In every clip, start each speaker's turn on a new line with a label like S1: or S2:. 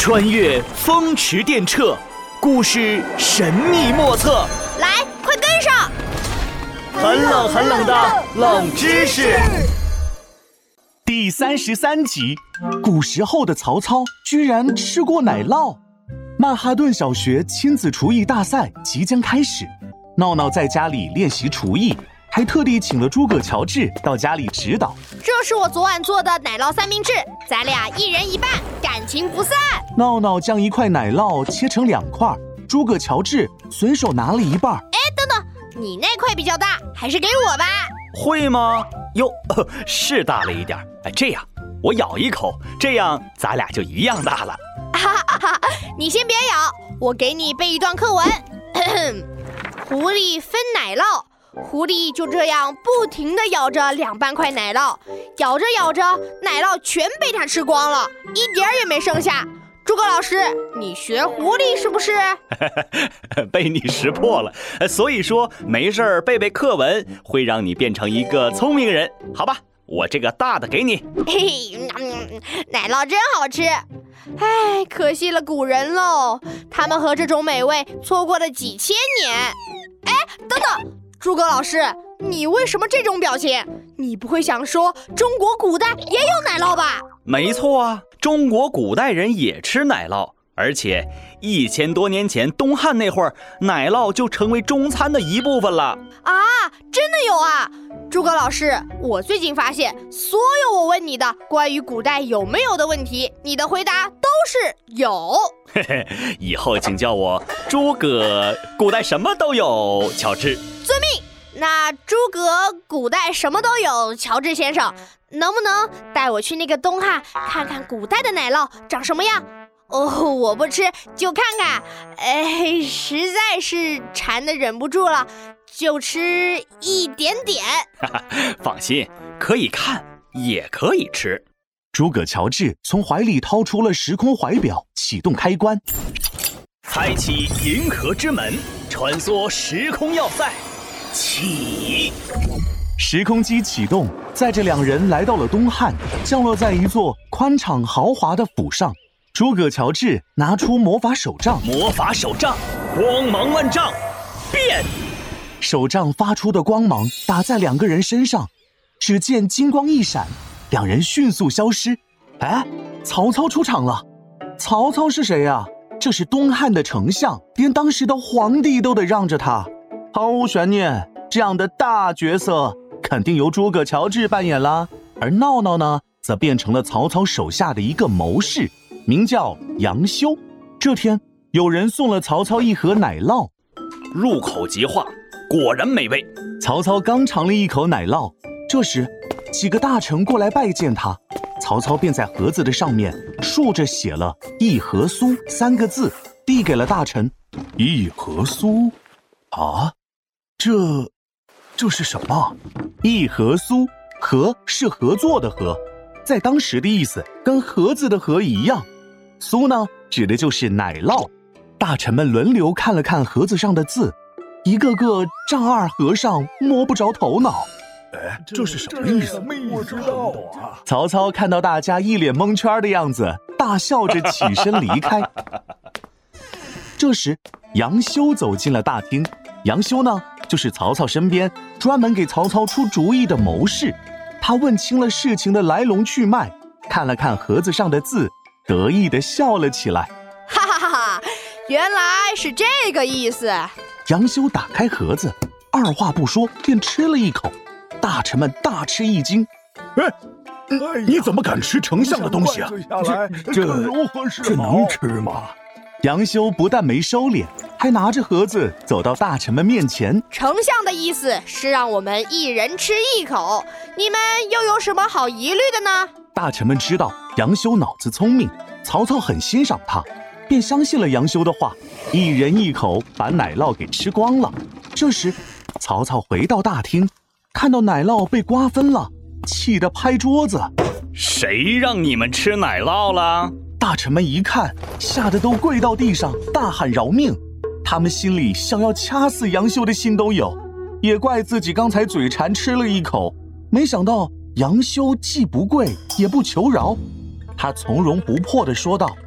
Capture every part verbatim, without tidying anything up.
S1: 穿越风驰电掣，故事神秘莫测。
S2: 来，快跟上！
S1: 很冷很冷的冷知识。第三十三集，古时候的曹操居然吃过奶酪。曼哈顿小学亲子厨艺大赛即将开始，闹闹在家里练习厨艺，还特地请了诸葛乔治到家里指导。
S2: 这是我昨晚做的奶酪三明治，咱俩一人一半，感情不散。
S1: 闹闹将一块奶酪切成两块，诸葛乔治随手拿了一半。
S2: 哎，等等，你那块比较大，还是给我吧。
S3: 会吗？哟，是大了一点。哎，这样我咬一口，这样咱俩就一样大了。
S2: 哈哈哈！你先别咬，我给你背一段课文。狐狸分奶酪，狐狸就这样不停地咬着两半块奶酪，咬着咬着，奶酪全被它吃光了，一点也没剩下。诸葛老师，你学狐狸是不是？
S3: 被你识破了，所以说没事儿背背课文会让你变成一个聪明人，好吧？我这个大的给你。
S2: 嘿嘿、嗯，奶酪真好吃。唉，可惜了古人喽，他们和这种美味错过了几千年。哎，等等，诸葛老师，你为什么这种表情？你不会想说中国古代也有奶酪吧？
S3: 没错啊，中国古代人也吃奶酪，而且一千多年前东汉那会儿，奶酪就成为中餐的一部分了。
S2: 啊，真的有啊！诸葛老师，我最近发现，所有我问你的关于古代有没有的问题，你的回答都是有。
S3: 嘿嘿，以后请叫我诸葛，古代什么都有，乔治。
S2: 遵命。那诸葛古代什么都有，乔治先生，能不能带我去那个东汉看看古代的奶酪长什么样？哦，我不吃就看看，哎，实在是馋得忍不住了，就吃一点点。
S3: 放心，可以看，也可以吃。
S1: 诸葛乔治从怀里掏出了时空怀表，启动开关，开启银河之门，穿梭时空要塞。起，时空机启动，载着两人来到了东汉，降落在一座宽敞豪华的府上。诸葛乔治拿出魔法手杖，
S3: 魔法手杖，光芒万丈，变！
S1: 手杖发出的光芒打在两个人身上，只见金光一闪，两人迅速消失。哎，曹操出场了。曹操是谁呀？这是东汉的丞相，连当时的皇帝都得让着他。毫无悬念，这样的大角色肯定由诸葛乔治扮演啦。而闹闹呢，则变成了曹操手下的一个谋士，名叫杨修。这天，有人送了曹操一盒奶酪，
S3: 入口即化，果然美味。
S1: 曹操刚尝了一口奶酪，这时几个大臣过来拜见他，曹操便在盒子的上面竖着写了一盒酥三个字，递给了大臣。一盒酥啊，这这是什么？一盒酥，盒是合作的合，在当时的意思跟盒子的盒一样。酥呢，指的就是奶酪。大臣们轮流看了看盒子上的字，一个个丈二和尚摸不着头脑。
S4: 哎，这是什么意思？我知道啊。
S1: 曹操看到大家一脸蒙圈的样子，大笑着起身离开。这时，杨修走进了大厅。杨修呢，就是曹操身边专门给曹操出主意的谋士。他问清了事情的来龙去脉，看了看盒子上的字，得意地笑了起来。
S2: 哈哈哈哈，原来是这个意思。
S1: 杨修打开盒子，二话不说便吃了一口。大臣们大吃一惊。
S4: 哎，你怎么敢吃丞相的东西啊？这这这能吃吗？
S1: 杨修不但没收敛，还拿着盒子走到大臣们面前。
S2: 丞相的意思是让我们一人吃一口，你们又有什么好疑虑的呢？
S1: 大臣们知道杨修脑子聪明，曹操很欣赏他，便相信了杨修的话，一人一口把奶酪给吃光了。这时，曹操回到大厅，看到奶酪被瓜分了，气得拍桌子。
S3: 谁让你们吃奶酪了？
S1: 大臣们一看，吓得都跪到地上，大喊饶命。他们心里想要掐死杨修的心都有，也怪自己刚才嘴馋吃了一口，没想到杨修既不跪也不求饶。他从容不迫地说道：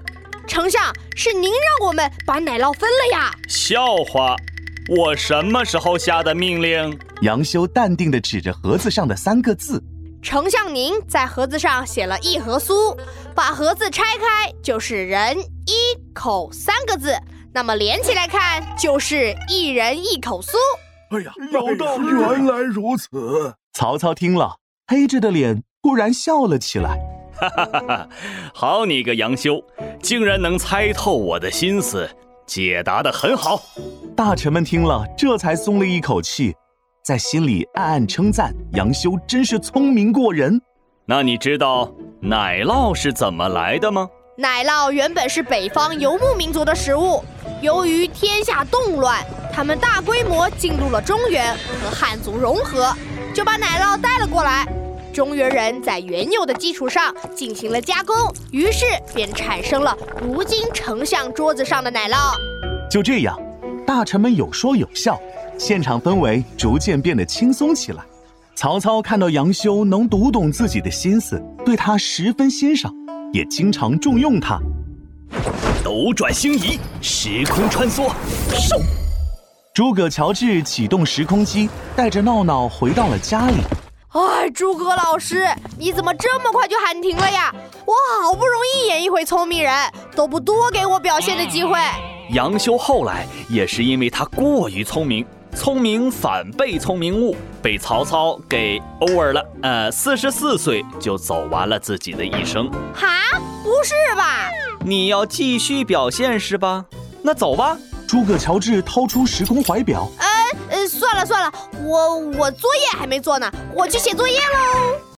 S2: 丞相，是您让我们把奶酪分了呀！
S3: 笑话，我什么时候下的命令？
S1: 杨修淡定地指着盒子上的三个字。
S2: 丞相您在盒子上写了一盒酥，把盒子拆开就是人一口三个字，那么连起来看就是一人一口酥。
S4: 哎呀，有道理，原来如此。
S1: 曹操听了，黑着的脸突然笑了起来。
S3: 哈哈哈哈！好你个杨修，竟然能猜透我的心思，解答得很好。
S1: 大臣们听了，这才松了一口气，在心里暗暗称赞杨修真是聪明过人。
S3: 那你知道奶酪是怎么来的吗？
S2: 奶酪原本是北方游牧民族的食物，由于天下动乱，他们大规模进入了中原，和汉族融合，就把奶酪带了过来。中原人在原有的基础上进行了加工，于是便产生了如今丞相桌子上的奶酪。
S1: 就这样，大臣们有说有笑，现场氛围逐渐变得轻松起来。曹操看到杨修能读懂自己的心思，对他十分欣赏，也经常重用他。
S3: 斗转星移，时空穿梭，嗖！
S1: 诸葛乔治启动时空机，带着闹闹回到了家里。
S2: 哎，诸葛老师，你怎么这么快就喊停了呀？我好不容易演一回聪明人，都不多给我表现的机会。
S3: 杨修后来也是因为他过于聪明，聪明反被聪明误，被曹操给 over 了。呃，四十四岁就走完了自己的一生。
S2: 哈，不是吧？
S3: 你要继续表现是吧？那走吧。
S1: 诸葛乔治掏出时空怀表。
S2: 呃呃，算了算了，我我作业还没做呢，我去写作业喽。